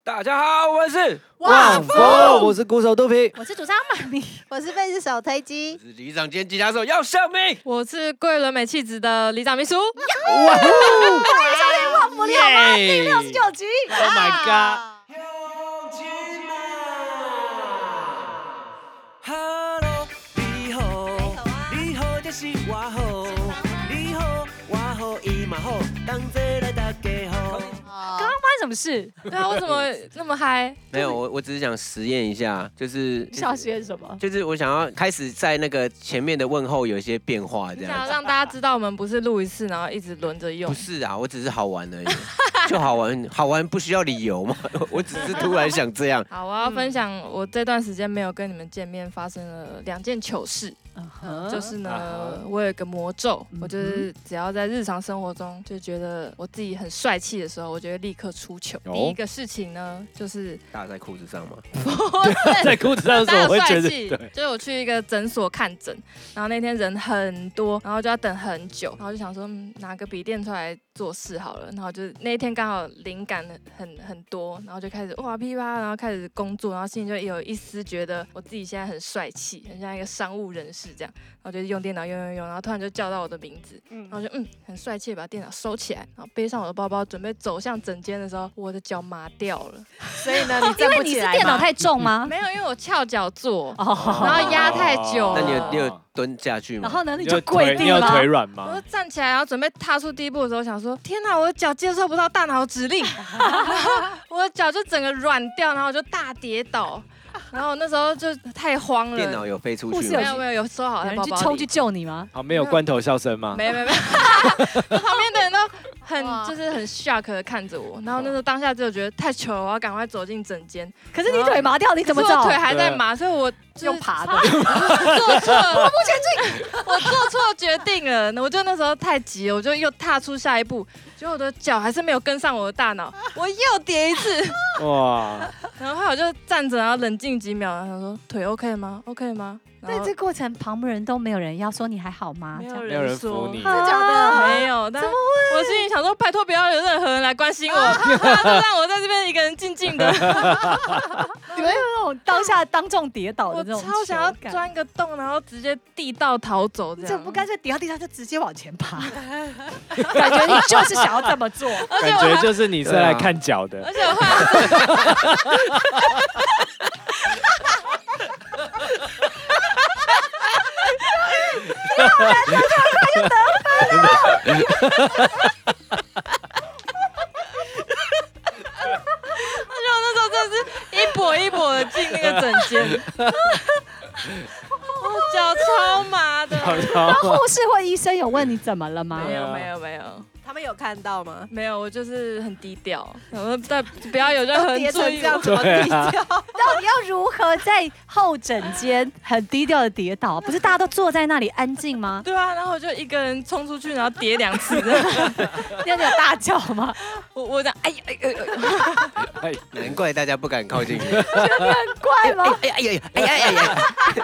大家好，我是旺福， 我是鼓手肚皮， 我是主唱马咪， 我是贝斯手推机， 我是里长兼吉他手姚胜明， 我是桂纶镁气质的里长秘书。 欢迎收听旺福你好吗？第69集。 Oh my god！ Hello， 你好，你好就是我好，你好我好伊嘛好，同齐来大家好。 刚刚发生什么事？ 对啊，为什么那么嗨？ 没有，我只是想实验一下，就是想实验什么？ 就是我想要开始在那个前面的问候有一些变化，这样子。 想要让大家知道我们不是录一次，然后一直轮着用不。是啊，我只是好玩而已，就好玩，好玩不需要理由嘛。我只是突然想这样。 好，我要分享我这段时间没有跟你们见面发生了2件糗事。就是呢，我有一个魔咒，我就是只要在日常生活中就觉得我自己很帅气的时候，我就会立刻出糗。第一个事情呢，就是搭在裤子上吗？ 在裤子上的时候，我会觉得，对， 就是我去一个诊所看诊，然后那天人很多，然后就要等很久，然后就想说，拿个笔电出来做事好了，然后就那一天刚好灵感很多，然后就开始哇噼啪，然后开始工作，然后心里就有一丝觉得我自己现在很帅气，很像一个商务人士这样，然后就用电脑用，然后突然就叫到我的名字，然后就很帅气地把电脑收起来，然后背上我的包包，准备走向诊间的时候，我的脚麻掉了，所以呢，你站不起来吗？ 因为你是电脑太重吗？ 没有，因为我翘脚坐，然后压太久了。 那你有蹲下去吗？ 然后呢，你你就跪地你有腿了。 我软吗就？站起来，然后准备踏出第一步的时候，想说：天哪，我的脚接受不到大脑指令，我的脚就整个软掉，然后我就大跌倒。然后那时候就太慌了， 电脑有飞出去吗？ 没有收好有在包包里。 人去冲去救你吗？ 旁边有罐头笑声吗？ 没，旁边的人都就是很 shock 的看着我，然后那时候当下就觉得太糗了，我要赶快走进诊间。 可是你腿麻掉，你怎么走？ 可是我腿还在麻，所以我用爬的。 做错了，我做错决定了。我就那时候太急了，我就又踏出下一步，结果我的脚还是没有跟上我的大脑，我又跌一次。 哇！ 然后后来我就站着，然后冷静几秒，然后说腿 OK 吗？OK 吗？然后在这过程，旁边人都没有人要说你还好吗？ 没有这样没有人扶说你， 真的假的？ 没有，但我心里想说，拜托不要有任何人来关心我，就让我在这边一个人静静的。 你们有那种当下当众跌倒的我那种超想要糗感， 钻个洞，然后直接地道逃走这样。 你怎么不干脆跌到地上就直接往前爬？感觉你就是想要这么做。 感觉就是你是来看脚的而。且我后来那时候真的是一跛一跛的进那个诊间，我脚超麻的。 然后护士或医生有问你怎么了吗？ 没有， 他们有看到吗？ 没有，我就是很低调，然后不要有任何人跌注意我。 成这样怎么低调？ 到底要如何在候诊间很低调的跌倒？不是大家都坐在那里安静吗？ 对啊，然后我就一个人冲出去，然后跌2次。 你有大叫吗？ 我这样，哎， 难怪大家不敢靠近你。 很怪吗？ 哎呀！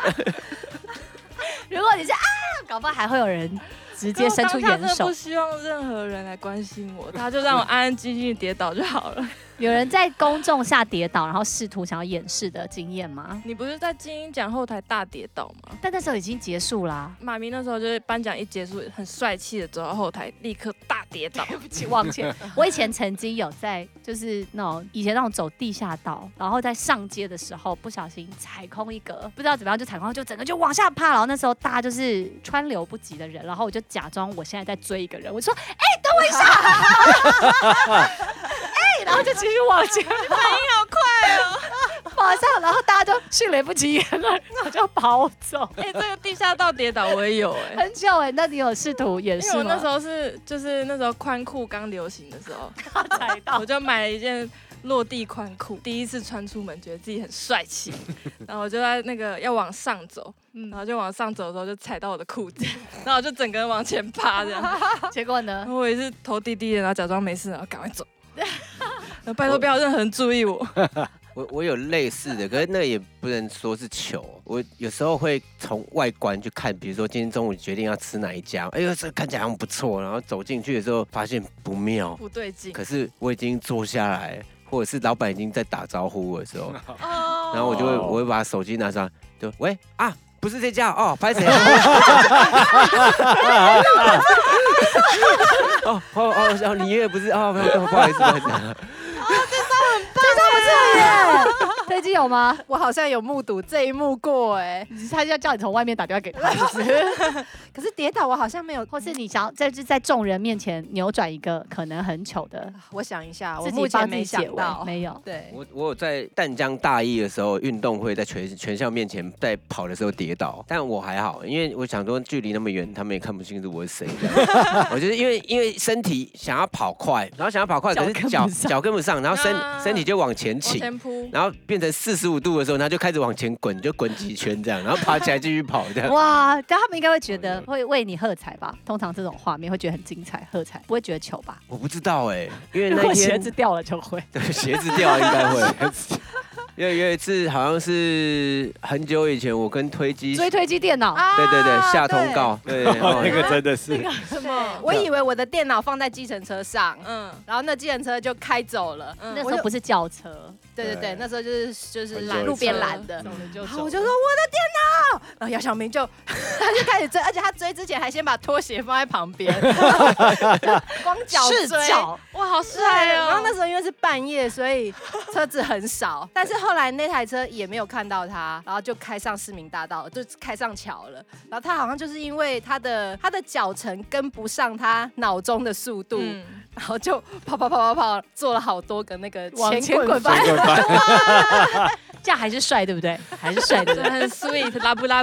如果你是啊，搞不好还会有人直接伸出援手我当下真的不。希望任何人来关心我，他就让我安安静静地跌倒就好了。 有人在公众下跌倒，然后试图想要掩饰的经验吗？ 你不是在金鹰奖后台大跌倒吗？ 但那时候已经结束啦。 马明那时候就是颁奖一结束，很帅气的走到后台，立刻大跌倒。 对不起，往前。我以前曾经有在，就是那种以前那种走地下道，然后在上街的时候不小心踩空一格，不知道怎么样就踩空，就整个就往下趴。然后那时候大家就是川流不及的人，然后我就假装我现在在追一个人，我就说：“哎、等我一下。”然后就继续往前，反应好快哦！马上，然后大家就迅雷不及掩耳，然后就跑走。 哎、这个地下道跌倒我也有哎、 很久哎、那你有试图掩饰吗？ 因为我那时候就是那时候宽裤刚流行的时候， 踩到我就买了一件落地宽裤，第一次穿出门，觉得自己很帅气，然后我就在那个要往上走，然后就往上走的时候就踩到我的裤子，然后我就整个人往前趴这样， 结果呢然？后我也是头低低的，然后假装没事，然后赶快走。拜托不要任何人注意我。 我有类似的，可是那个也不能说是糗。我有时候会从外观去看，比如说今天中午决定要吃哪一家，哎呦这看起来好像不错，然后走进去的时候发现不妙， 不对劲。 可是我已经坐下来， 或者是老板已经在打招呼的时候， 哦然后我会把手机拿上，就喂啊。不是这家哦，拍谁？哦，你也不是哦，不好意思，不好意思。 飞机有吗？ 我好像有目睹这一幕过哎， 他要叫你从外面打电话给他，是不是？ 可是跌倒我好像没有， 或是你想在众人面前扭转一个可能很糗的， 我想一下，我自己目前没帮自己解围想到， 没有。 对， 我有在淡江大一的时候，运动会在全校面前在跑的时候跌倒，但我还好，因为我想说距离那么远，他们也看不清楚我是谁。我就是因为身体想要跑快，然后想要跑快，可是脚跟不上，然后身体就往前倾，然后变成45度的时候，他就开始往前滚，就滚几圈这样，然后爬起来继续跑这样。 哇！但他们应该会觉得会为你喝彩吧？通常这种画面会觉得很精彩，喝彩不会觉得糗吧？ 我不知道哎，因为如果那天鞋子掉了就会。 对，鞋子掉应该会。因为有一次好像是很久以前，我跟推机电脑， 对下通告，对， 那个真的是什么？我以为我的电脑放在计程车上，然后那计程车就开走了， 那时候不是轿车， 对，那时候就是拦路边拦的， 走了就然后我就说我的电脑，然后姚晓明就他就开始追，而且他追之前还先把拖鞋放在旁边，光脚追， 哇，好对， 帅哦！ 然后那时候因为是半夜，所以车子很少，但是后来那台车也没有看到他，然后就开上市民大道，就开上桥了。然后他好像就是因为他的脚程跟不上他脑中的速度，然后就跑，做了好多个那个前滚翻。 这样还是帅，对不对？还是帅的， 很 sweet， 拉布。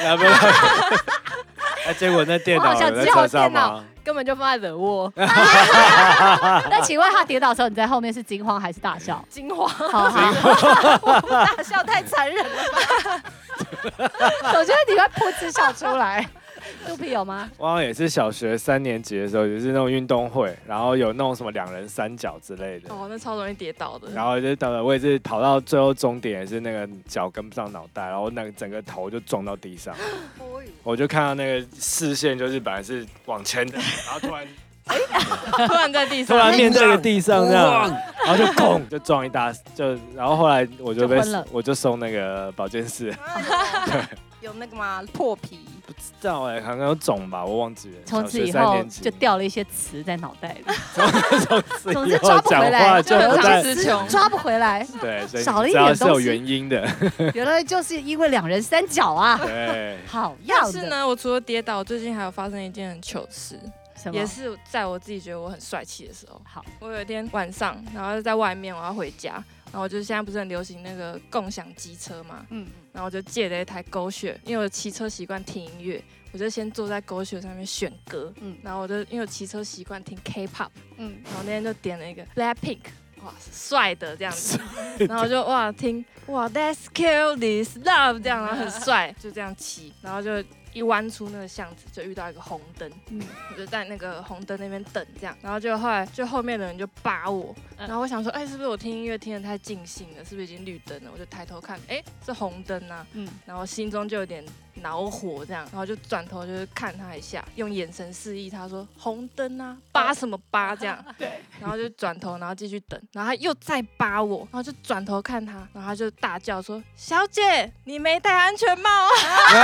结果那电脑有在车上吗？ 根本就放在惹窝。 那请问他跌倒的时候，你在后面是惊慌还是大笑？ 惊慌， 好， 大笑太残忍了吧？ 我觉得你会噗嗤笑出来。肚皮有吗？ 我好像也是小学3年级的时候，也是那种运动会，然后有那种什么2人3脚之类的。 哦，那超容易跌倒的。 然后就等了，我也是跑到最后终点，也是那个脚跟不上脑袋，然后那个整个头就撞到地上。我就看到那个视线就是本来是往前的，然后突然在地上， 突然面对着地上这样，然后就砰就撞一大，然后后来我就送那个保健室。对。 有那个吗？破皮？ 不知道哎，好像有肿吧，我忘记了。 从此以后就掉了一些词在脑袋里， 总之抓不回来， 就很常词穷， 抓不回来。 对，所以少了一点东西是有原因的。 原来就是因为2人3脚啊。 对， 好样的。 但是呢，我除了跌倒，最近还有发生一件很糗事。也是在我自己觉得我很帅气的时候。 好， 我有一天晚上，然后在外面，我要回家，然后我就现在不是很流行那个共享机车嘛，然后我就借了一台GoShare，因为我骑车习惯听音乐，我就先坐在GoShare上面选歌，然后因为我骑车习惯听 K-pop，然后那天就点了一个 Blackpink。哇，帅的这样子，然后就哇听哇 Let's kill this love 这样，然后很帅，就这样骑，然后就一弯出那个巷子，就遇到一个红灯，我就在那个红灯那边等这样，然后就后来就后面的人就扒我，然后我想说，哎，是不是我听音乐听得太尽兴了？是不是已经绿灯了？我就抬头看，哎，是红灯啊，然后心中就有点恼火这样，然后就转头就是看他一下，用眼神示意他说红灯啊，扒什么扒这样，对，然后就转头，然后继续等，然后他又再扒我，然后就转头看他，然后他就大叫说：“小姐，你没戴安全帽啊！”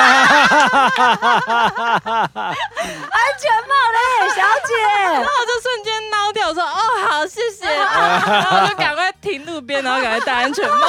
安全帽嘞，小姐。 然后我就瞬间挠掉，我说：“哦，好，谢谢。”然后我就赶快停路边，然后赶快戴安全帽。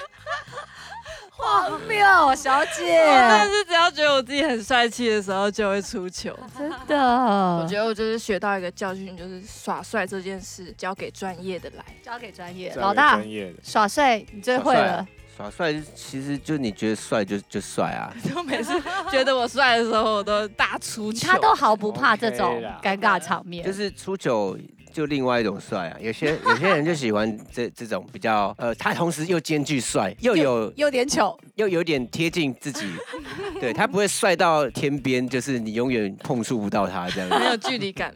荒谬，小姐。 但是只要觉得我自己很帅气的时候，就会出糗。 真的， 我觉得我就是学到一个教训，就是耍帅这件事交给专业的来， 交给专业。老大，耍帅你最会了。 耍帅其实就你觉得帅就帅啊！ 就每次觉得我帅的时候，我都大出糗。 他都毫不怕这种尴尬场面。 就是出糗就另外一种帅啊！有些人就喜欢这种比较他同时又兼具帅， 又点糗， 又有点贴近自己。对他不会帅到天边，就是你永远碰触不到他这样。 没有距离感。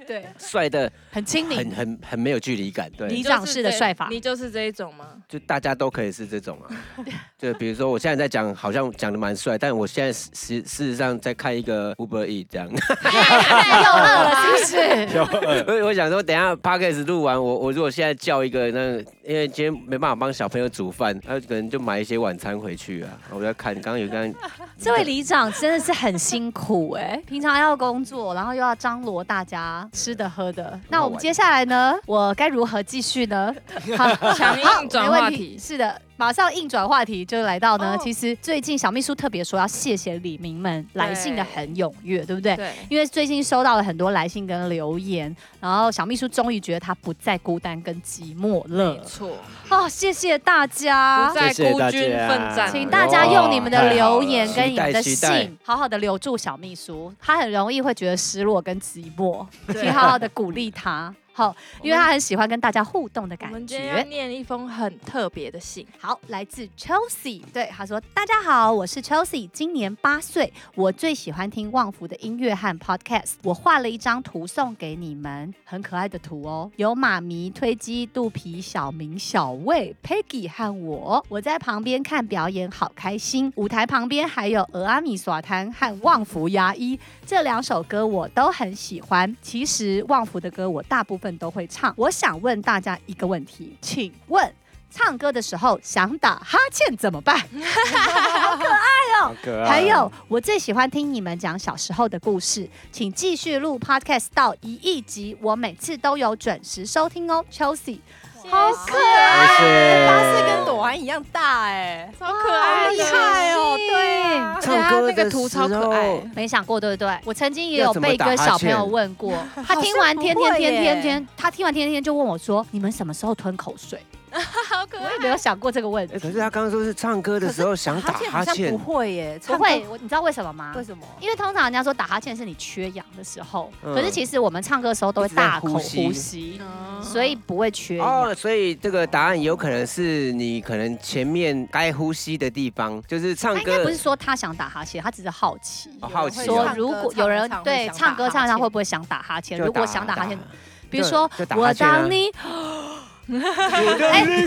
对， 帅的很亲民， 很没有距离感，对， 里长式的帅法。 你就是这一种吗？ 就大家都可以是这种啊。就比如说我现在在讲，好像讲的蛮帅，但我现在事实上在看一个 Uber E 这样。 又饿了是不是？ 我想说，等一下 Podcast 录完，我如果现在叫一个因为今天没办法帮小朋友煮饭，他可能就买一些晚餐回去啊。我在看，刚刚这位里长真的是很辛苦平常要工作，然后又要张罗大家吃的喝的。那我们接下来呢？我该如何继续呢？好， 强硬转话题。 是的。马上硬转话题，就来到呢。其实最近小秘书特别说要谢谢里民们来信的很踊跃，对不对？ 对。 因为最近收到了很多来信跟留言，然后小秘书终于觉得他不再孤单跟寂寞了。 没错。 谢谢大家， 不再孤军奋战。 请大家用你们的留言跟你们的信，好好的留住小秘书，他很容易会觉得失落跟寂寞，请好好的鼓励他。好，因为他很喜欢跟大家互动的感觉。 我们今天要念一封很特别的信。 好，来自 Chelsea， 对，他说：“大家好，我是 Chelsea， 今年8岁，我最喜欢听旺福的音乐和 podcast。我画了一张图送给你们，很可爱的图哦，有妈咪、推机、肚皮、小明、小魏、Peggy 和我。我在旁边看表演，好开心。舞台旁边还有俄阿米耍滩和旺福牙医，这2首歌我都很喜欢。其实旺福的歌我大部分都会唱。我想问大家一个问题，请问唱歌的时候想打哈欠怎么办？好可爱哦！还有，我最喜欢听你们讲小时候的故事，请继续录 podcast 到1亿集，我每次都有准时收听哦。Chelsea， 好可爱，8岁跟朵安一样大超可爱， 厉害哦！对啊， 唱歌那个图超可爱， 没想过对不对？我曾经也有被一个小朋友问过，他听完天天就问我说：“你们什么时候吞口水？” 好可爱， 我也没有想过这个问题。 可是他刚刚说是唱歌的时候想打哈欠， 不会耶， 不会。你知道为什么吗？ 为什么？ 因为通常人家说打哈欠是你缺氧的时候，可是其实我们唱歌的时候都会大口呼吸，所以不会缺氧。 所以这个答案有可能是你可能前面该呼吸的地方，就是唱歌。 他应该不是说他想打哈欠，他只是好奇， 好奇说如果有人对唱歌唱会不会想打哈欠？如果想打哈欠，比如说我当你。 半夜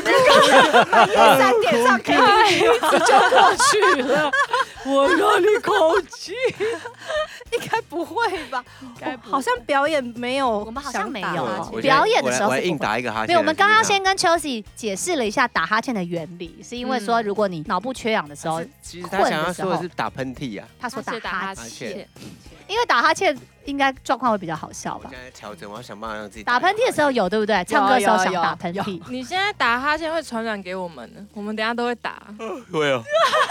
3点上 KTV 就过去了，我让你口气， 应该不会吧？好像表演没有， 我们好像没有表演的时候我硬打一个哈欠。 没有，我们刚刚先跟 Chelsea 解释了一下打哈欠的原理，是因为说如果你脑部缺氧的时候， 其实他想要说的是打喷嚏啊。 他说打哈欠， 因为打哈欠应该状况会比较好笑吧？ 我现在调整，我要想办法让自己打喷嚏的时候有对不对？唱歌的时候想打喷嚏， 你现在打哈欠会传染给我们的，我们等下都会打。 会哦。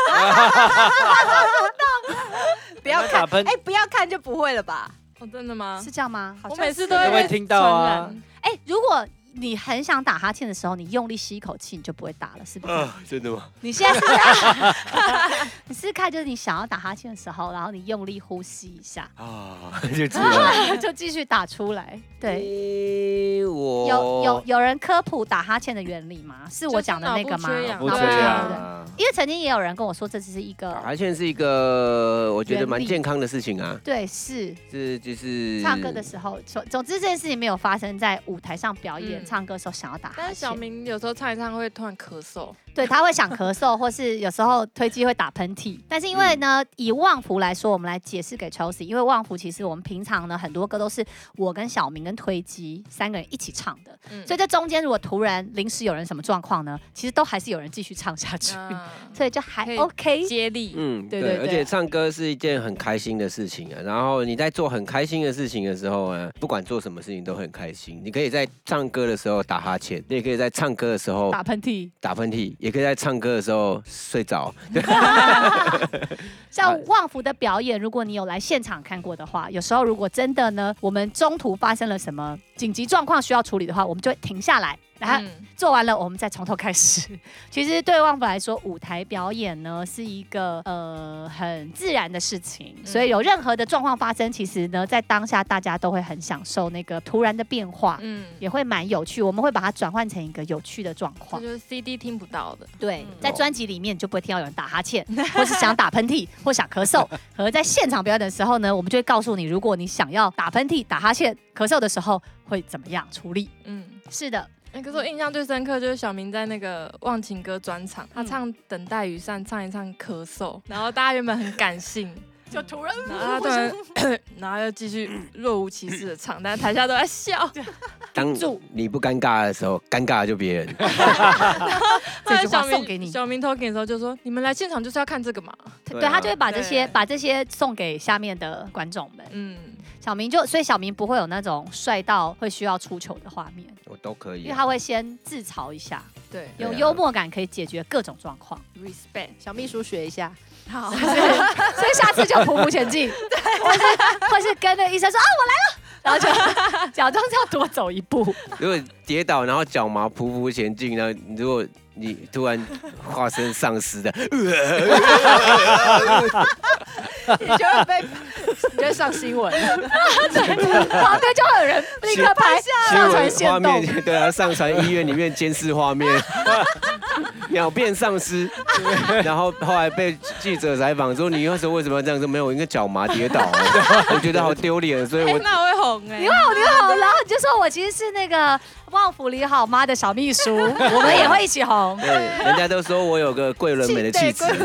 不要看，不要看就不会了吧？ 真的吗？ 是这样吗？ 我每次都会听到啊。 如果你很想打哈欠的时候，你用力吸一口气，你就不会打了，是不是？ 真的吗？ 你现在是你试试看，就是你想要打哈欠的时候，然后你用力呼吸一下就继续打出来。对，有人科普打哈欠的原理吗？是我讲的那个吗？ 不缺氧。 因为曾经也有人跟我说，这只是一个打哈欠是一个我觉得蛮健康的事情啊。 对，是就是唱歌的时候，总之这件事情没有发生在舞台上表演。唱歌的时候想要打哈欠， 但是小明有时候唱一唱会突然咳嗽， 对，他会想咳嗽，或是有时候推机会打喷嚏。但是因为呢，以旺福来说，我们来解释给 Chelsea， 因为旺福其实我们平常呢很多歌都是我跟小明跟推机3个人一起唱的，所以这中间如果突然临时有人什么状况呢，其实都还是有人继续唱下去，所以就还 OK 接力。 对， 而且唱歌是一件很开心的事情啊。然后你在做很开心的事情的时候呢，不管做什么事情都很开心。你可以在唱歌的时候打哈欠，你也可以在唱歌的时候打喷嚏， 也可以在唱歌的时候睡着。 像旺福的表演，如果你有来现场看过的话，有时候如果真的呢，我们中途发生了什么紧急状况需要处理的话，我们就会停下来然后做完了，我们再从头开始。其实对旺福来说，舞台表演呢是一个很自然的事情，所以有任何的状况发生，其实呢在当下大家都会很享受那个突然的变化，也会蛮有趣。我们会把它转换成一个有趣的状况， 这就是 CD 听不到的。 对，在专辑里面你就不会听到有人打哈欠，或是想打喷嚏，或想咳嗽。而在现场表演的时候呢，我们就会告诉你，如果你想要打喷嚏、打哈欠、咳嗽的时候会怎么样处理。是的。 可是我印象最深刻就是小明在那个《忘情歌》专场，他唱《等待雨伞》唱一唱咳嗽，然后大家原本很感性， 就突然， 然后他突然，然后又继续若无其事的唱，但是台下都在笑。 当你不尴尬的时候，尴尬的就别人。 这句话送给你。 小明 talking 的时候就说：“你们来现场就是要看这个嘛。” 对，他就会把这些送给下面的观众们。小明所以小明不会有那种帅到会需要出糗的画面， 我都可以， 因为他会先自嘲一下， 对， 有幽默感可以解决各种状况。 respect， 小秘书学一下， 好，所以下次就匍匐前进，或是跟那个医生说啊我来了。然后就假装是要多走一步。 如果跌倒，然后脚麻匍匐前进，然后如果你突然化身丧尸的， 你就会被，你就会上新闻。 旁边就会有人立刻拍上传限动， 对啊，上传医院里面监视画面，秒变丧尸。然后后来被记者采访说，你那时候为什么要这样说？没有，因为脚麻跌倒，我觉得好丢脸，所以我那我会红哎， 你好，然后你就说我其实是那个旺福里好妈的小秘书，我们也会一起红。 对，人家都说我有个桂纶镁的气质。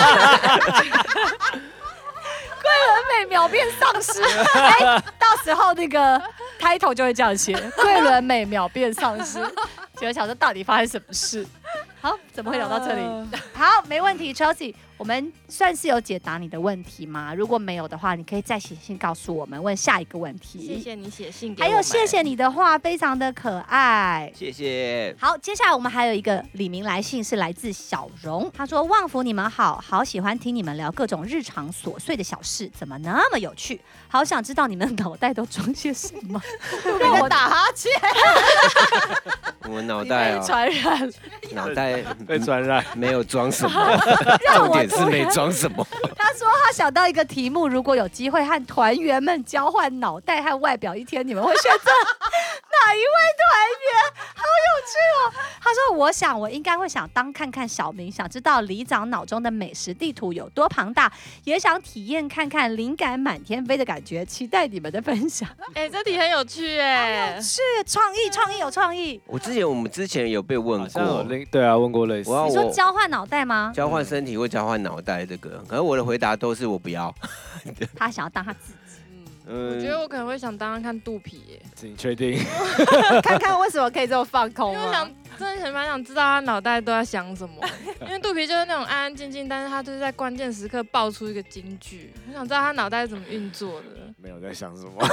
桂纶镁秒变丧尸，到时候那个开头就会这样写：桂纶镁秒变丧尸。结果想说到底发生什么事？好，怎么会聊到这里？好，没问题 ，Chelsea， 我们算是有解答你的问题吗？如果没有的话，你可以再写信告诉我们，问下一个问题。 谢谢你写信给我们， 还有谢谢你的话，非常的可爱。 谢谢。 好，接下来我们还有一个李明来信，是来自小荣，他说：旺福你们好，好喜欢听你们聊各种日常琐碎的小事，怎么那么有趣？好想知道你们脑袋都装些什么。 让我打哈欠。 我脑袋被传染， 脑袋被传染， 没有装什么，重点是没装什么。 他说他想到一个题目，如果有机会和团员们交换脑袋和外表一天，你们会选择哪一位团员？好有趣哦！他说我想我应该会想当看看小明，想知道里长脑中的美食地图有多庞大，也想体验看看灵感满天飞的感觉，期待你们的分享。 这题很有趣哎， 是创意有创意。 我们之前有被问过， 对啊，问过类似。 你说交换脑袋吗？ 交换身体或交换脑袋这个，可是我的回答都是我不要。 他想要当他自己。 我觉得我可能会想当看肚皮耶。 你确定？ 看看为什么可以这么放空吗？ 真的蛮想知道他脑袋都在想什么，因为肚皮就是那种安安静静，但是他就是在关键时刻爆出一个金句，我想知道他脑袋是怎么运作的。 没有在想什么。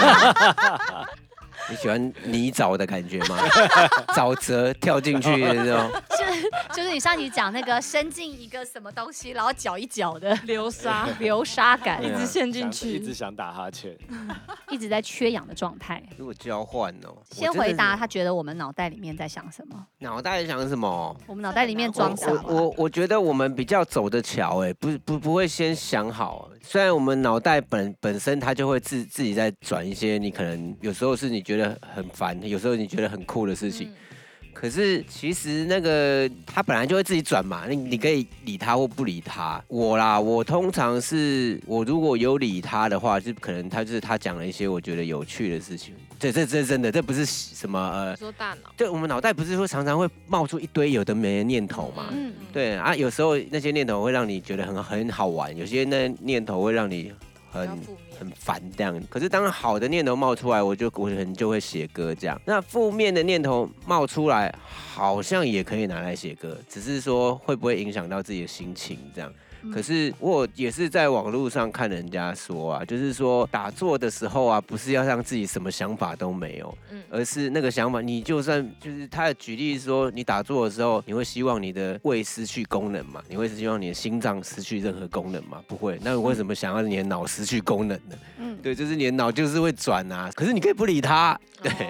你喜欢泥沼的感觉吗？沼泽跳进去的那种， 就是你上集讲那个伸进一个什么东西，然后搅一搅的流沙感， 一直陷进去， 一直想打哈欠， 一直在缺氧的状态。 如果交换哦， 先回答他觉得我们脑袋里面在想什么？ 脑袋想什么？ 我们脑袋里面装什么？ 我觉得我们比较走的巧，不会先想好。虽然我们脑袋本身它就会自己在转一些，你可能有时候是你觉得很烦，有时候你觉得很酷的事情。可是其实那个他本来就会自己转嘛，你可以理他或不理他。我通常是我如果有理他的话，就可能他讲了一些我觉得有趣的事情。这真的，这不是什么说大脑， 对，我们脑袋不是说常常会冒出一堆有的没的念头嘛？对啊，有时候那些念头会让你觉得很好玩，有些那念头会让你很烦这样。可是当好的念头冒出来，我可能就会写歌这样。那负面的念头冒出来，好像也可以拿来写歌，只是说会不会影响到自己的心情这样。可是我也是在网络上看人家说啊，就是说打坐的时候啊，不是要让自己什么想法都没有，而是那个想法，你就算就是他的举例说，你打坐的时候，你会希望你的胃失去功能嘛？你会希望你的心脏失去任何功能吗？不会。那你为什么想要你的脑失去功能呢？对，就是你的脑就是会转啊，可是你可以不理它，对。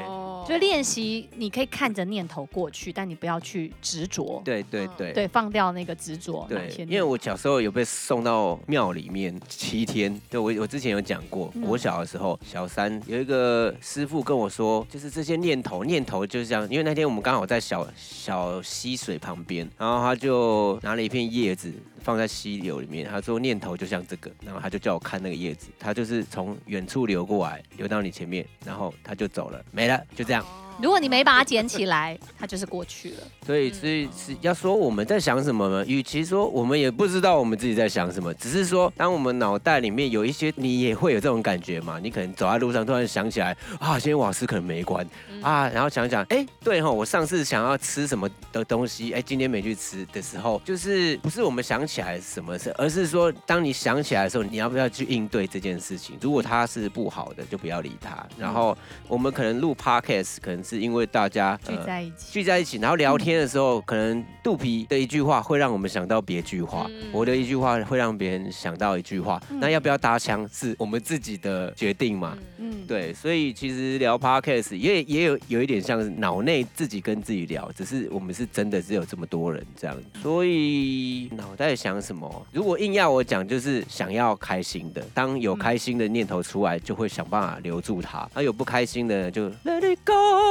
就练习，你可以看着念头过去，但你不要去执着。 对对对。 对，放掉那个执着。 对，因为我小时候有被送到庙里面7天，对我之前有讲过，我小的时候小3有一个师傅跟我说，就是这些念头就是这样，因为那天我们刚好在小溪水旁边，然后他就拿了一片叶子放在溪流里面，他说念头就像这个，然后他就叫我看那个叶子，他就是从远处流过来，流到你前面，然后他就走了，没了，就这样。 如果你没把它捡起来，它就是过去了。 所以是要说我们在想什么呢？与其说我们也不知道我们自己在想什么，只是说当我们脑袋里面有一些，你也会有这种感觉嘛。你可能走在路上突然想起来啊，今天瓦斯可能没关啊，然后想想，哎，对哈，我上次想要吃什么的东西，哎，今天没去吃的时候，就是不是我们想起来什么事，而是说当你想起来的时候，你要不要去应对这件事情？如果它是不好的，就不要理它。然后我们可能录 podcast， 可能是因为大家聚在一起，然后聊天的时候，可能肚皮的一句话会让我们想到别句话，我的一句话会让别人想到一句话，那要不要搭腔是我们自己的决定嘛？对，所以其实聊 podcast 也有一点像是脑内自己跟自己聊，只是我们是真的只有这么多人这样，所以脑袋想什么？如果硬要我讲，就是想要开心的，当有开心的念头出来，就会想办法留住它；而有不开心的，就 let it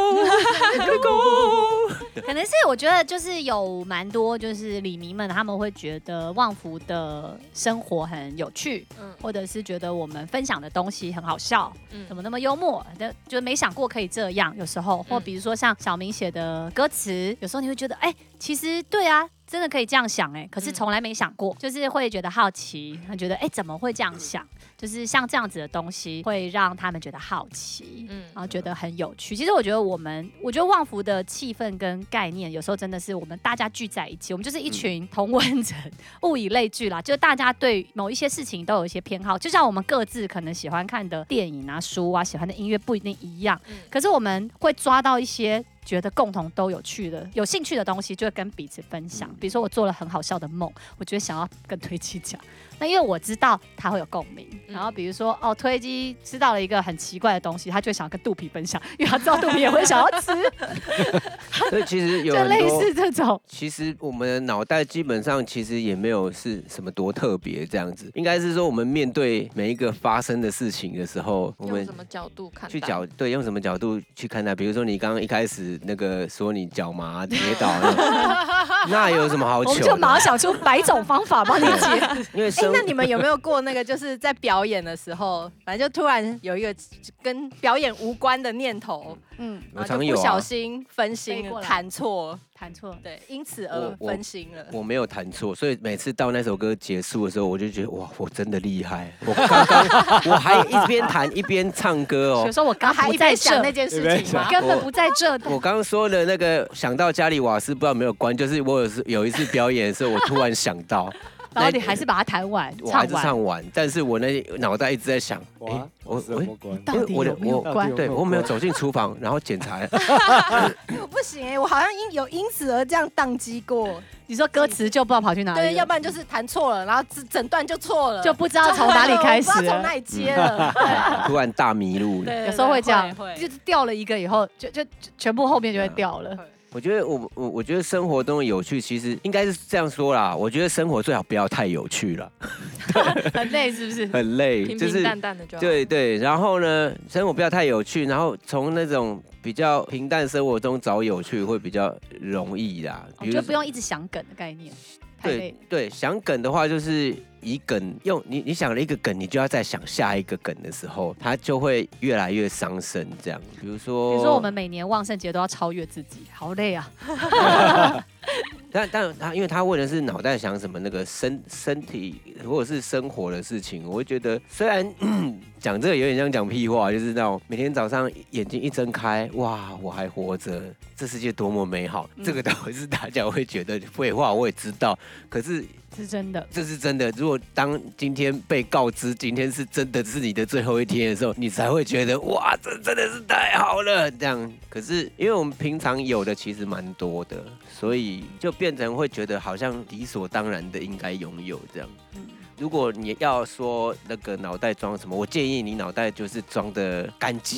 go。 可能是我觉得就是有蛮多就是里迷们他们会觉得旺福的生活很有趣，或者是觉得我们分享的东西很好笑，怎么那么幽默，就没想过可以这样。有时候或比如说像小明写的歌词，有时候你会觉得哎，其实对啊。真的可以这样想哎，可是从来没想过，就是会觉得好奇，觉得哎怎么会这样想？就是像这样子的东西会让他们觉得好奇，然后觉得很有趣。其实我觉得旺福的气氛跟概念，有时候真的是我们大家聚在一起，我们就是一群同温层，物以类聚啦，就是大家对某一些事情都有一些偏好，就像我们各自可能喜欢看的电影啊、书啊、喜欢的音乐不一定一样，可是我们会抓到一些。觉得共同都有兴趣的东西，就会跟彼此分享。比如说我做了很好笑的梦，我觉得想要跟推机讲，那因为我知道他会有共鸣。然后比如说推机吃到了一个很奇怪的东西，他就会想要跟肚皮分享，因为他知道肚皮也会想要吃。 所以其实有就类似这种。 其实我们的脑袋基本上其实也没有是什么多特别这样子，应该是说我们面对每一个发生的事情的时候，我们用什么角度看待？ 用什么角度去看待？比如说你刚刚一开始那个说你脚麻跌倒，那有什么好糗的？ 我们就马上想出100种方法帮你解。 因为那你们有没有过那个就是在表演的时候，反正就突然有一个跟表演无关的念头，然后就不小心分心了，弹错，对，因此而分心了。 我没有弹错，所以每次到那首歌结束的时候，我就觉得哇，我真的厉害！我刚刚我还一边弹一边唱歌哦。 有时候我刚还在想那件事情吗？ 根本不在这。 我刚刚说的那个想到家里瓦斯不知道有没有关，就是我有一次表演的时候，我突然想到。 然后你还是把它弹完， 我还是唱完，但是我那脑袋一直在想， 我到底有没有关？ 对，我没有走进厨房，然后检查。 我不行我好像因此而这样宕机过。 你说歌词就不知道跑去哪里？ 对，要不然就是弹错了，然后整段就错了， 就不知道从哪里开始， 不知道从哪里接了， 突然大迷路。 有时候会这样，就是掉了一个以后，就全部后面就会掉了。 我觉得生活中的有趣，其实应该是这样说啦。我觉得生活最好不要太有趣了， 很累是不是？ 很累， 平平淡淡的就好。 对。然后呢，生活不要太有趣，然后从那种比较平淡生活中找有趣会比较容易啦。 我觉得不用一直想梗的概念。 对，想梗的话就是以梗用你想了一个梗，你就要再想下一个梗的时候，它就会越来越伤身。这样，比如说我们每年万圣节都要超越自己，好累啊。 但他因为他问的是脑袋想什么那个身体或者是生活的事情，我会觉得虽然讲这个有点像讲屁话，就是那种每天早上眼睛一睁开，哇，我还活着，这世界多么美好。这个倒是大家会觉得废话，我也知道，可是是真的， 这是真的。如果当今天被告知今天是真的是你的最后一天的时候，你才会觉得哇，这真的是太好了。这样，可是因为我们平常有的其实蛮多的，所以就变成会觉得好像理所当然的应该拥有这样。如果你要说那个脑袋装什么，我建议你脑袋就是装的感激，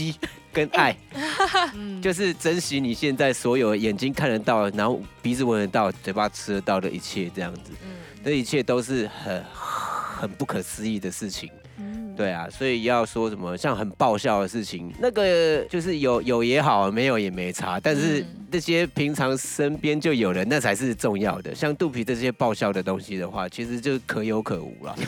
跟爱，就是珍惜你现在所有眼睛看得到，然后鼻子闻得到，嘴巴吃得到的一切，这样子，这一切都是很不可思议的事情。对啊，所以要说什么像很爆笑的事情，那个就是有也好，没有也没差。但是那些平常身边就有人，那才是重要的。像肚皮这些爆笑的东西的话，其实就可有可无了。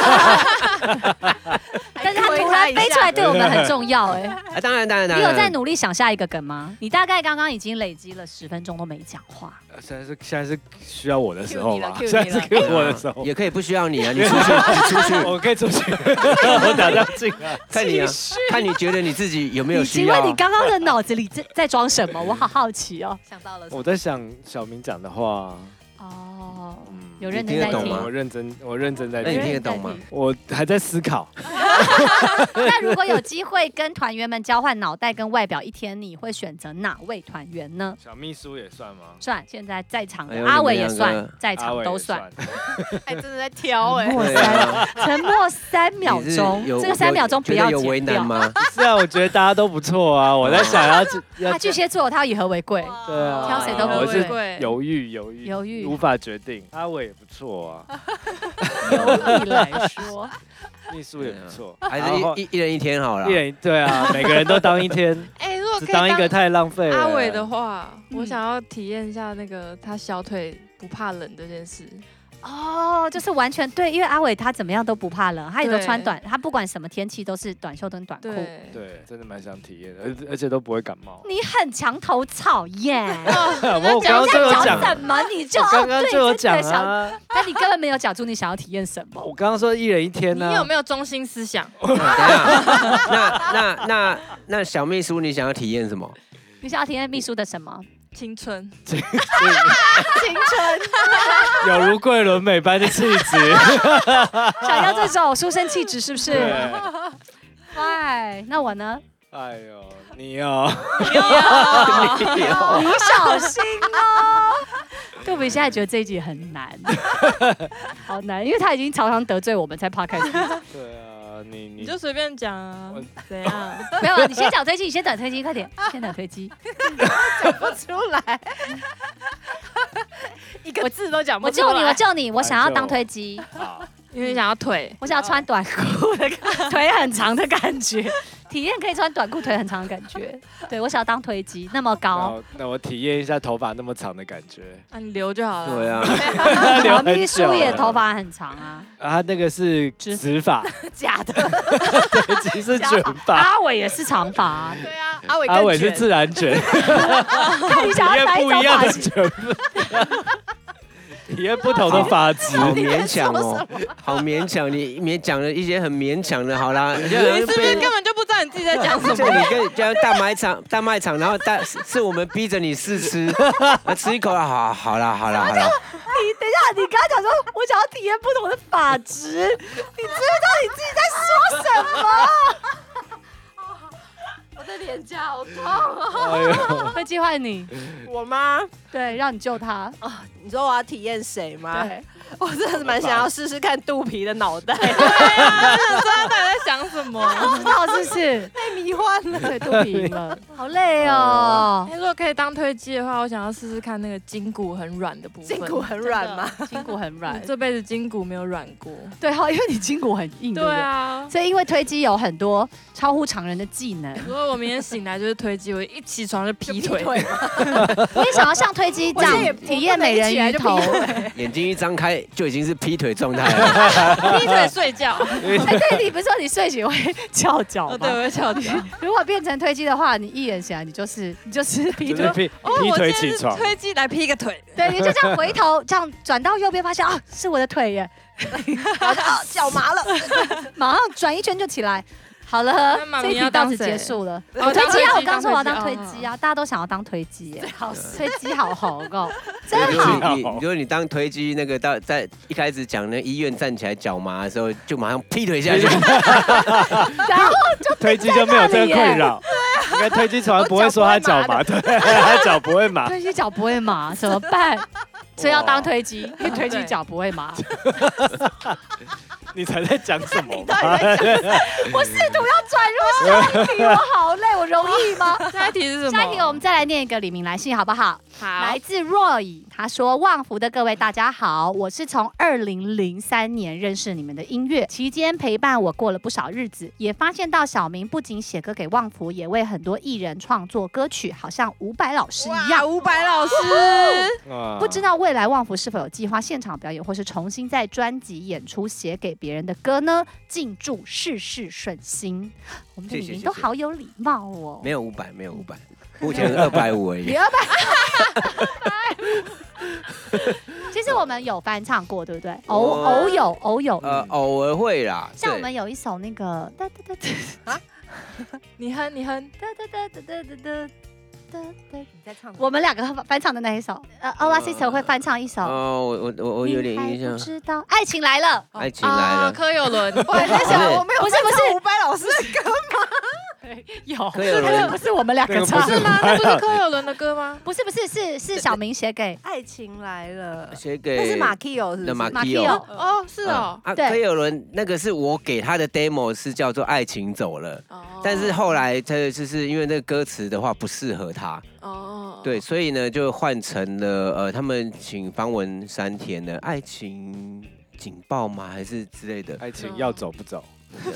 但是它突然飞出来对我们很重要哎。 啊，当然。 你有在努力想下一个梗吗？你大概刚刚已经累积了10分钟都没讲话。 现在是需要我的时候吗？ Cue 你了现在是 Q 我的时候， 也可以不需要你啊，你出去， 我可以出去，我打算进来。 看你啊，看你觉得你自己有没有需请要？ 问你刚刚的脑子里在装什么？我好好奇哦。 想到了， 我在想小明讲的话， 哦， 嗯， 有认真在听你听得懂吗。 我认真在那你听， 听得懂吗？ 我还在思考。 那如果有机会跟团员们交换脑袋跟外表一天，你会选择哪位团员呢？ 小秘书也算吗？ 算，现在在场哎呦的阿伟也你们两算个， 在阿伟也场都算。 哎，真的在挑哎。 沉默3秒你是钟， 有这个3秒钟不要觉得有为剪掉。 难吗？ 是啊，我觉得大家都不错啊。我在想他巨蟹座，他要以和为贵。 对啊， 挑谁都不我是会犹豫， 豫无法决定。阿伟也不错啊， 由你来说， 秘书也不错， 还然后是一人一天好了一。人对啊，每个人都当一天， 哎，如果可以只当一个太浪费了。 阿伟的话， 嗯我想要体验一下那个他小腿不怕冷这件事。 哦，就是完全对，因为阿伟他怎么样都不怕冷，他也都对穿短，他不管什么天气都是短袖跟短裤。 对， 对，真的蛮想体验的，而且都不会感冒。 你很墙头草耶！ 我刚刚就有讲， 什么你就我刚刚就有讲对这个想啊。 但你根本没有讲出你想要体验什么。 我刚刚说一人一天呢。 你有没有中心思想？ 等一下，那小秘书，你想要体验什么？ 你想要体验秘书的什么？ 青春， 青春。 有如桂纶镁般的气质。 想要这种书生气质是不是？ 对， 哎，那我呢？ 哎呦，你哦， 你小心哦。杜比现在觉得这一集很难，好难，因为他已经常常得罪我们在 podcast。 对啊， 你就随便讲啊我， 怎样？ 没有啊，你先讲推机，你先讲推机，快点，先讲推机。 讲不出来，一个字都讲不出来。 我救你，我救你，我想要当推机， 好， 因为想要腿， 我想要穿短裤的腿很长的感觉，体验可以穿短裤腿很长的感觉。对，我想要当推机，那么高。 那我体验一下头发那么长的感觉。 啊，你留就好了。 对啊， 我留很秘书也久头发很长啊。 啊，他那个是直发， 假的。 对，其实是卷发。 阿伟也是长发啊， 对啊，阿伟阿伟是更卷。 自然卷， 看你想体验要哪一种不一样的发型。 卷发，体验不同的发质。 好勉强哦，好勉强，你讲了一些很勉强的，好啦，你就你是不是根本就不知道你自己在讲什么？ 就你跟这样大卖场，然后是我们逼着你试吃，吃一口啊，好啦。 你等一下，你刚刚讲说我想要体验不同的发质，你知道你自己在说什么？ 我的脸颊好痛哦。 哎呦， 会计换你， 我吗？ 对，让你救他。 你说我要体验谁吗？ 对， 我真的是蛮想要试试看肚皮的脑袋， 对啊，我想知道他在想什么。 不知道是不是？ 太迷幻了。 对，肚皮赢了，好累哦。 如果可以当推机的话，我想要试试看那个筋骨很软的部分。 筋骨很软吗？ 筋骨很软， 这辈子筋骨没有软过。 对，好，因为你筋骨很硬，对不对？ 对啊， 所以因为推机有很多超乎常人的技能， 如果我明天醒来就是推机，我一起床就劈腿。 你也想要像推机这样我现在也体验美人鱼头？ 眼睛一张开就已经是劈腿状态了。 劈腿睡觉。 哎，对，你不是说你睡醒会翘脚哦，对，我吗？ 会翘脚。 如果变成推机的话，你一眼起来你就是劈腿就是。劈腿起床。 推机来劈个腿。 对，你就这样回头，这样转到右边，发现啊，是我的腿耶， 然后就脚麻了。 马上转一圈就起来。好了那，妈这咪一题到此要当谁结束了。 哦推机啊， 当推机我刚说我要当当推机推机啊，大家都想要当推机耶，好，推机好红哦，真如好。 果你当推机那个在一开始讲那医院站起来脚麻的时候，就马上劈腿下去。 然后就推机就没有这个困扰。应该推机从来不会说他脚麻，对，他脚不会麻。 推机脚不会麻，怎么办？所以要当推机，因为推机脚不会麻。 你才在讲什么吧？ 我试图要转入下一题，我好累，我容易吗？ 下一题是什么？ 下一题我们再来念一个李明来信，好不好？ 好， 来自 Roy， 他说：“旺福的各位大家好，我是从2003年认识你们的音乐，期间陪伴我过了不少日子，也发现到小明不仅写歌给旺福，也为很多艺人创作歌曲，好像伍佰老师一样。 伍佰老师， 不知道未来旺福是否有计划现场表演，或是重新在专辑演出写给别人的歌呢？敬祝事事顺心。”我们的李明都好有礼貌哦。 没有500，没有500，目前250而已。 200。其实我们有翻唱过，对不对？偶有。 偶尔会啦。 像我们有一首那个啊， 你哼。 你在唱什么？ 我们2个翻唱的那一首，Oasis 会翻唱一首。 我有点印象。 不知道爱情来了， 爱情来了。 柯有伦， 我还在想，我没有不是伍佰老师的歌吗？ 有， 柯有伦不是我们2个唱是吗？那不是柯有伦的歌吗？ 不是，是小明写给爱情来了， 写给那是马 Kio 是不是？ 马 Kio 哦，是哦。 对柯有伦那个是我给他的 demo 是叫做《爱情走了》，但是后来他就是因为那个歌词的话不适合他。对，所以呢就换成了他们请方文山填的《爱情警报》吗？还是之类的？ 爱情要走不走？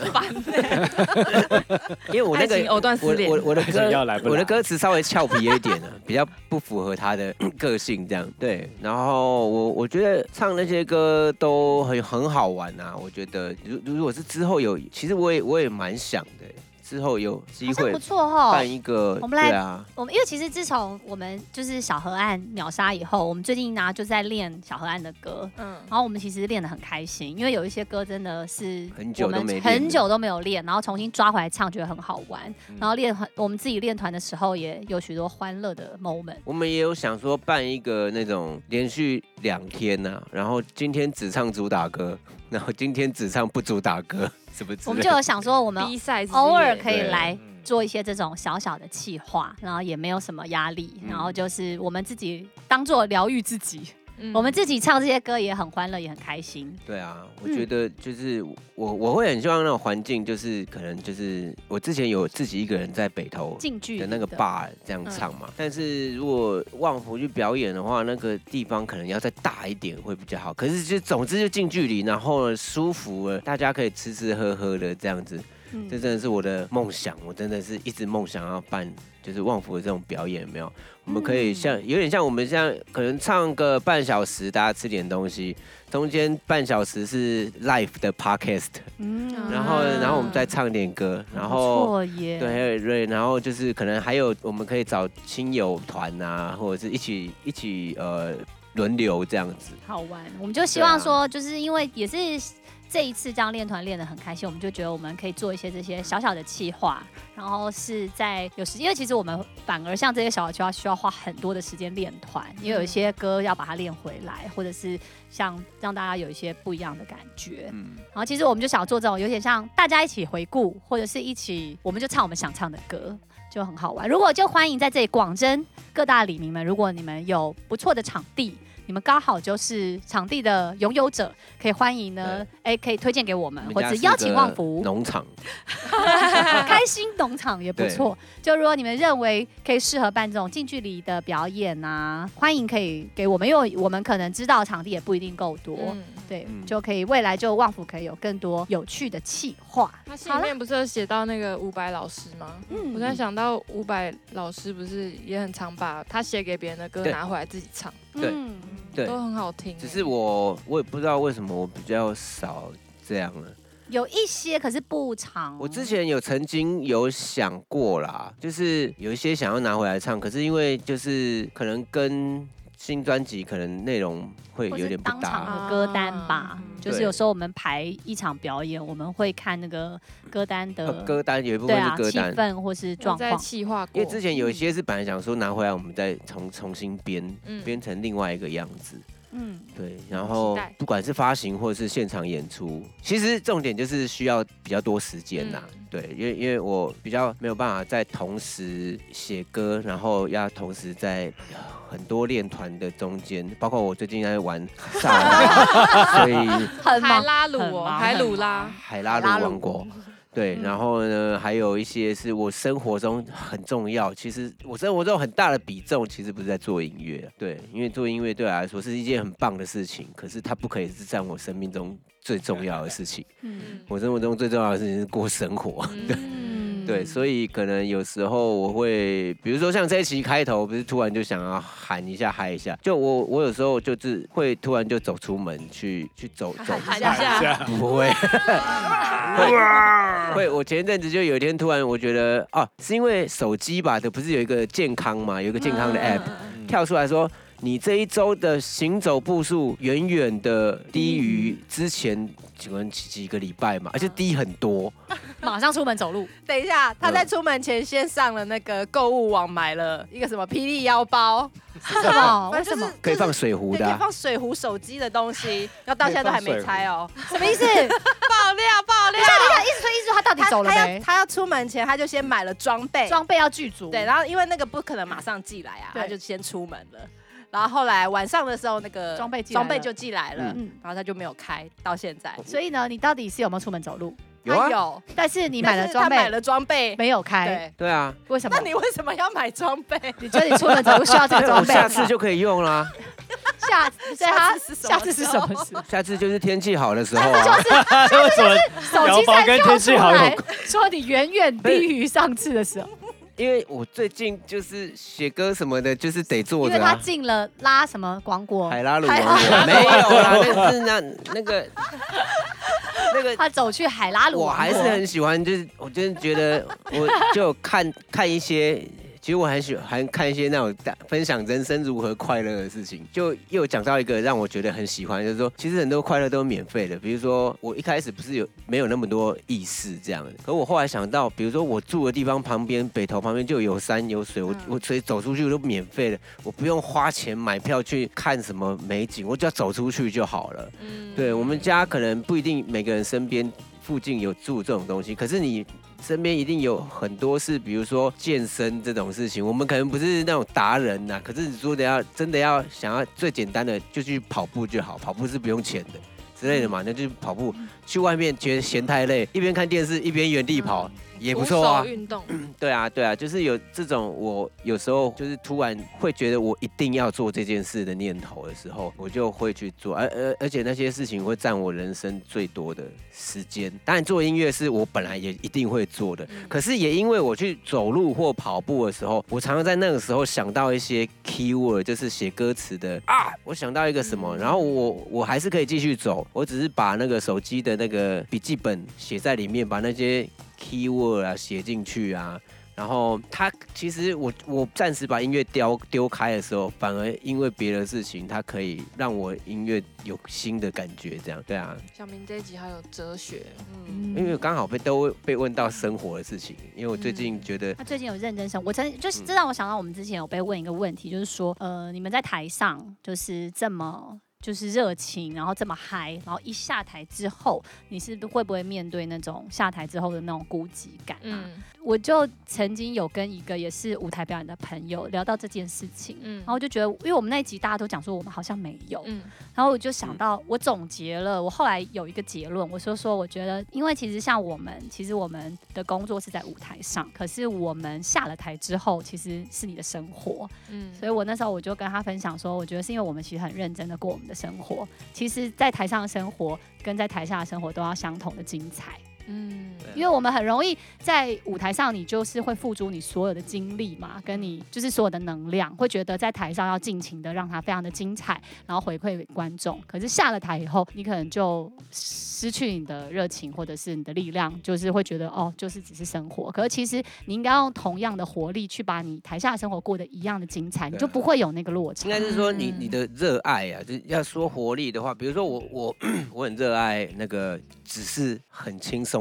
因为我那个藕断丝连， 我的歌要来不来我的歌词稍微俏皮一点比较不符合他的个性这样。对，然后我觉得唱那些歌都很好玩啊。我觉得如果是之后有，其实我也蛮想的。之后有机会不错哦， 办一个， 我们来， 对啊， 因为其实自从我们就是小河岸秒杀以后，我们最近呢就在练小河岸的歌，然后我们其实练得很开心，因为有一些歌真的是很久都没有练， 然后重新抓回来唱，觉得很好玩，然后我们自己练团的时候也有许多欢乐的 moment。 我们也有想说办一个那种连续2天啊，然后今天只唱主打歌，然后今天只唱不主打歌。 我们就有想说，我们比赛偶尔可以来做一些这种小小的企划，然后也没有什么压力，然后就是我们自己当做疗愈自己。我们自己唱这些歌也很欢乐，也很开心。 对啊，我觉得就是我会很希望那种环境，就是可能就是我之前有自己一个人在北投近距离的那个 bar 这样唱嘛。但是如果旺福去表演的话，那个地方可能要再大一点会比较好。可是就总之就近距离，然后舒服了，大家可以吃吃喝喝的这样子。这真的是我的梦想，我真的是一直梦想要办，就是旺福的这种表演，有没有？我们可以有点像我们像可能唱个半小时，大家吃点东西，中间半小时是 live 的 podcast，然后我们再唱点歌，然后对，然后就是可能还有我们可以找亲友团啊，或者是一起轮流这样子， 好玩。我们就希望说，就是因为也是。这一次这样练团练得很开心，我们就觉得我们可以做一些这些小小的企划，然后是在有时间，因为其实我们反而像这些小的企划需要花很多的时间练团，因为有一些歌要把它练回来，或者是像让大家有一些不一样的感觉。然后其实我们就想做这种有点像大家一起回顾，或者是一起我们就唱我们想唱的歌，就很好玩。如果就欢迎在这里广征各大里民们，如果你们有不错的场地。你们刚好就是场地的拥有者，可以欢迎呢，可以推荐给我们，或者邀请旺福农场， 开心农场也不错。就如果你们认为可以适合办这种近距离的表演啊，欢迎可以给我们，因为我们可能知道场地也不一定够多，对，就可以未来就旺福可以有更多有趣的企划。 他信里面不是有写到那个伍佰老师吗？我在想到伍佰老师不是也很常把他写给别人的歌拿回来自己唱。 对， 都很好听。 只是我也不知道为什么我比较少这样了。 有一些可是不长。 我之前曾经有想过啦，就是有一些想要拿回来唱，可是因为就是可能跟新专辑可能内容会有点不搭。 当场的歌单吧，就是有时候我们排一场表演，我们会看那个歌单的歌单有一部分是歌单， 气氛或是状况。 企划过， 因为之前有一些是本来想说拿回来，我们再重新编成另外一个样子。 对，然后期待不管是发行或者是现场演出，其实重点就是需要比较多时间啦。对，因为我比较没有办法在同时写歌，然后要同时在很多练团的中间，包括我最近在玩萨尔，所以很忙， 海拉鲁哦， 很忙海鲁拉， 海拉鲁王国。对，然后呢，还有一些是我生活中很重要。其实我生活中很大的比重，其实不是在做音乐。对，因为做音乐对我来说是一件很棒的事情，可是它不可以是占我生命中最重要的事情。我生活中最重要的事情是过生活。对，所以可能有时候我会，比如说像这一期开头，不是突然就想要喊一下、嗨一下，就我有时候就是会突然就走出门去走， 喊一下， 不会，会。我前一阵子就有一天突然我觉得，是因为手机吧，不是有一个健康嘛，有一个健康的 app 跳出来说，你这一周的行走步数远远的低于之前几个礼拜嘛，而且低很多。 马上出门走路。 等一下，他在出门前先上了那个购物网，买了一个什么霹雳腰包， 什么？为什么？ 可以放水壶的， 可以放水壶、手机的东西，然后到现在都还没拆哦。 什么意思？ 爆料！ 等一下，意思说他到底走了没？ 他要出门前，他就先买了装备， 装备要具足。 对，然后因为那个不可能马上寄来啊，他就先出门了。然后后来晚上的时候，那个装备就寄来了，然后他就没有开到现在。 所以呢，你到底是有没有出门走路？ 有， 但是你买了装备， 他买了装备没有开。 对啊， 为什么？ 那你为什么要买装备？ 你觉得你出门走路需要这个装备？ 下次就可以用啦。 下次是什么时候？ 下次就是天气好的时候啊。 为什么手机在跟天气好有说你远远低于上次的时候。 因为我最近就是写歌什么的，就是得坐着啊。 因为他进了拉什么广国？ 海拉鲁王国没有啦，那是那个。 他走去海拉鲁王国。 我还是很喜欢，就是我真的觉得，我就看一些。其实我很喜欢看一些那种分享人生如何快乐的事情，就又讲到一个让我觉得很喜欢，就是说其实很多快乐都是免费的。比如说我一开始不是没有那么多意识这样的，可我后来想到，比如说我住的地方旁边北投旁边就有山有水，我所以走出去都免费的，我不用花钱买票去看什么美景，我只要走出去就好了。对，我们家可能不一定每个人身边附近有住这种东西，可是你身边一定有很多是，比如说健身这种事情，我们可能不是那种达人呐，可是你说真的要想要最简单的，就去跑步就好，跑步是不用钱的之类的嘛，那就跑步，去外面觉得嫌太累，一边看电视一边原地跑。也不错啊， 运动。 对啊，就是有这种，我有时候就是突然会觉得我一定要做这件事的念头的时候，我就会去做，而且那些事情会占我人生最多的时间。当然，做音乐是我本来也一定会做的，可是也因为我去走路或跑步的时候，我常常在那个时候想到一些 keyword， 就是写歌词的我想到一个什么，然后我还是可以继续走，我只是把那个手机的那个笔记本写在里面，把那些keyword 啊写进去啊，然后他其实我暂时把音乐丢开的时候，反而因为别的事情，它可以让我音乐有新的感觉，这样对啊。 小明这一集还有哲学， 因为刚好都被问到生活的事情，因为我最近觉得他最近有认真生活，就是这让我想到我们之前有被问一个问题，就是说你们在台上就是这么。就是热情，然后这么嗨，然后一下台之后，你是会不会面对那种下台之后的那种孤寂感啊？我就曾经有跟一个也是舞台表演的朋友聊到这件事情，然后我就觉得，因为我们那一集大家都讲说我们好像没有，然后我就想到，我总结了，我后来有一个结论，我说我觉得，因为其实像我们的工作是在舞台上，可是我们下了台之后，其实是你的生活，所以我那时候我就跟他分享说，我觉得是因为我们其实很认真的过我们的生活，其实在台上的生活跟在台下的生活都要相同的精彩。因为我们很容易在舞台上，你就是会付诸你所有的精力嘛，跟你就是所有的能量，会觉得在台上要尽情的让它非常的精彩，然后回馈给观众。可是下了台以后，你可能就失去你的热情或者是你的力量，就是会觉得就是只是生活。可是其实你应该用同样的活力去把你台下的生活过得一样的精彩，你就不会有那个落差。 应该是说你的热爱啊，就是要说活力的话，比如说我很热爱那个只是很轻松的散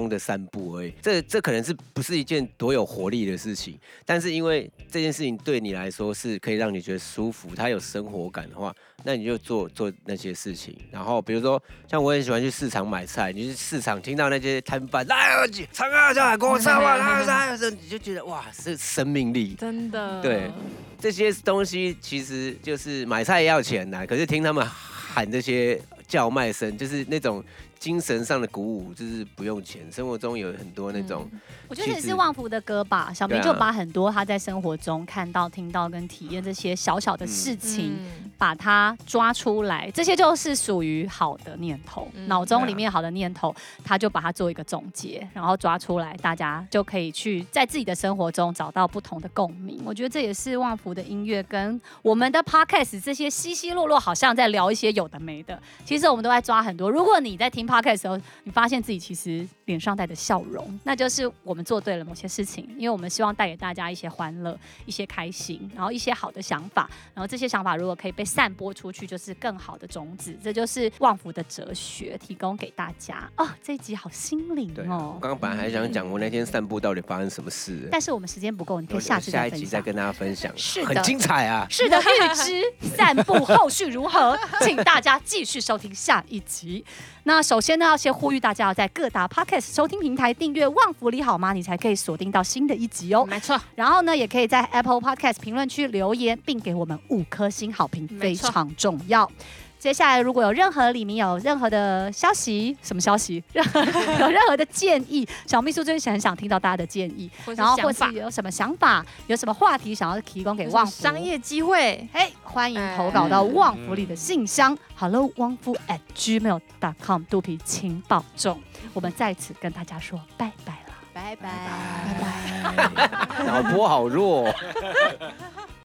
步而已。这可能不是一件多有活力的事情，但是因为这件事情对你来说是可以让你觉得舒服，它有生活感的话，那你就做那些事情。然后比如说像我很喜欢去市场买菜，你去市场听到那些摊贩来长啊这给我上吧，你就觉得哇是生命力， 真的。 对。这些东西其实就是买菜要钱呐，可是听他们喊这些叫卖声，就是那种精神上的鼓舞，就是不用钱。生活中有很多那种， 我觉得也是旺福的歌吧。小明就把很多他在生活中看到、听到跟体验这些小小的事情，把它抓出来，这些就是属于好的念头，脑中里面好的念头，他就把它做一个总结，然后抓出来，大家就可以去在自己的生活中找到不同的共鸣。我觉得这也是旺福的音乐跟我们的 podcast 这些稀稀落落，好像在聊一些有的没的，其实我们都在抓很多。如果你在听 podcast 的时候，你发现自己其实脸上带着笑容，那就是我们做对了某些事情，因为我们希望带给大家一些欢乐、一些开心，然后一些好的想法，然后这些想法如果可以被散播出去，就是更好的种子。这就是旺福的哲学，提供给大家。哦，这一集好心灵哦！ 我刚刚本来还想讲我那天散步到底发生什么事， 但是我们时间不够，你可以下次再分享。 下一集再跟大家分享， 是的， 很精彩啊！ 是的，预知散步后续如何，请大家继续收听下一集。那首先呢，要先呼吁大家要在各大 podcast 收听平台订阅《旺福里好吗》，你才可以锁定到新的一集哦。 没错。 然后呢，也可以在 Apple Podcast 评论区留言，并给我们5颗星好评，非常重要。接下来，如果有任何里面有任何的消息，什么消息，有任何的建议，小秘书就是很想听到大家的建议，然后或是有什么想法，有什么话题想要提供给旺福， 商业机会， 欢迎投稿到旺福里的信箱，hello 旺福@gmail.com， 肚皮请保重。我们在此跟大家说拜拜了， 拜拜。 脑波好弱。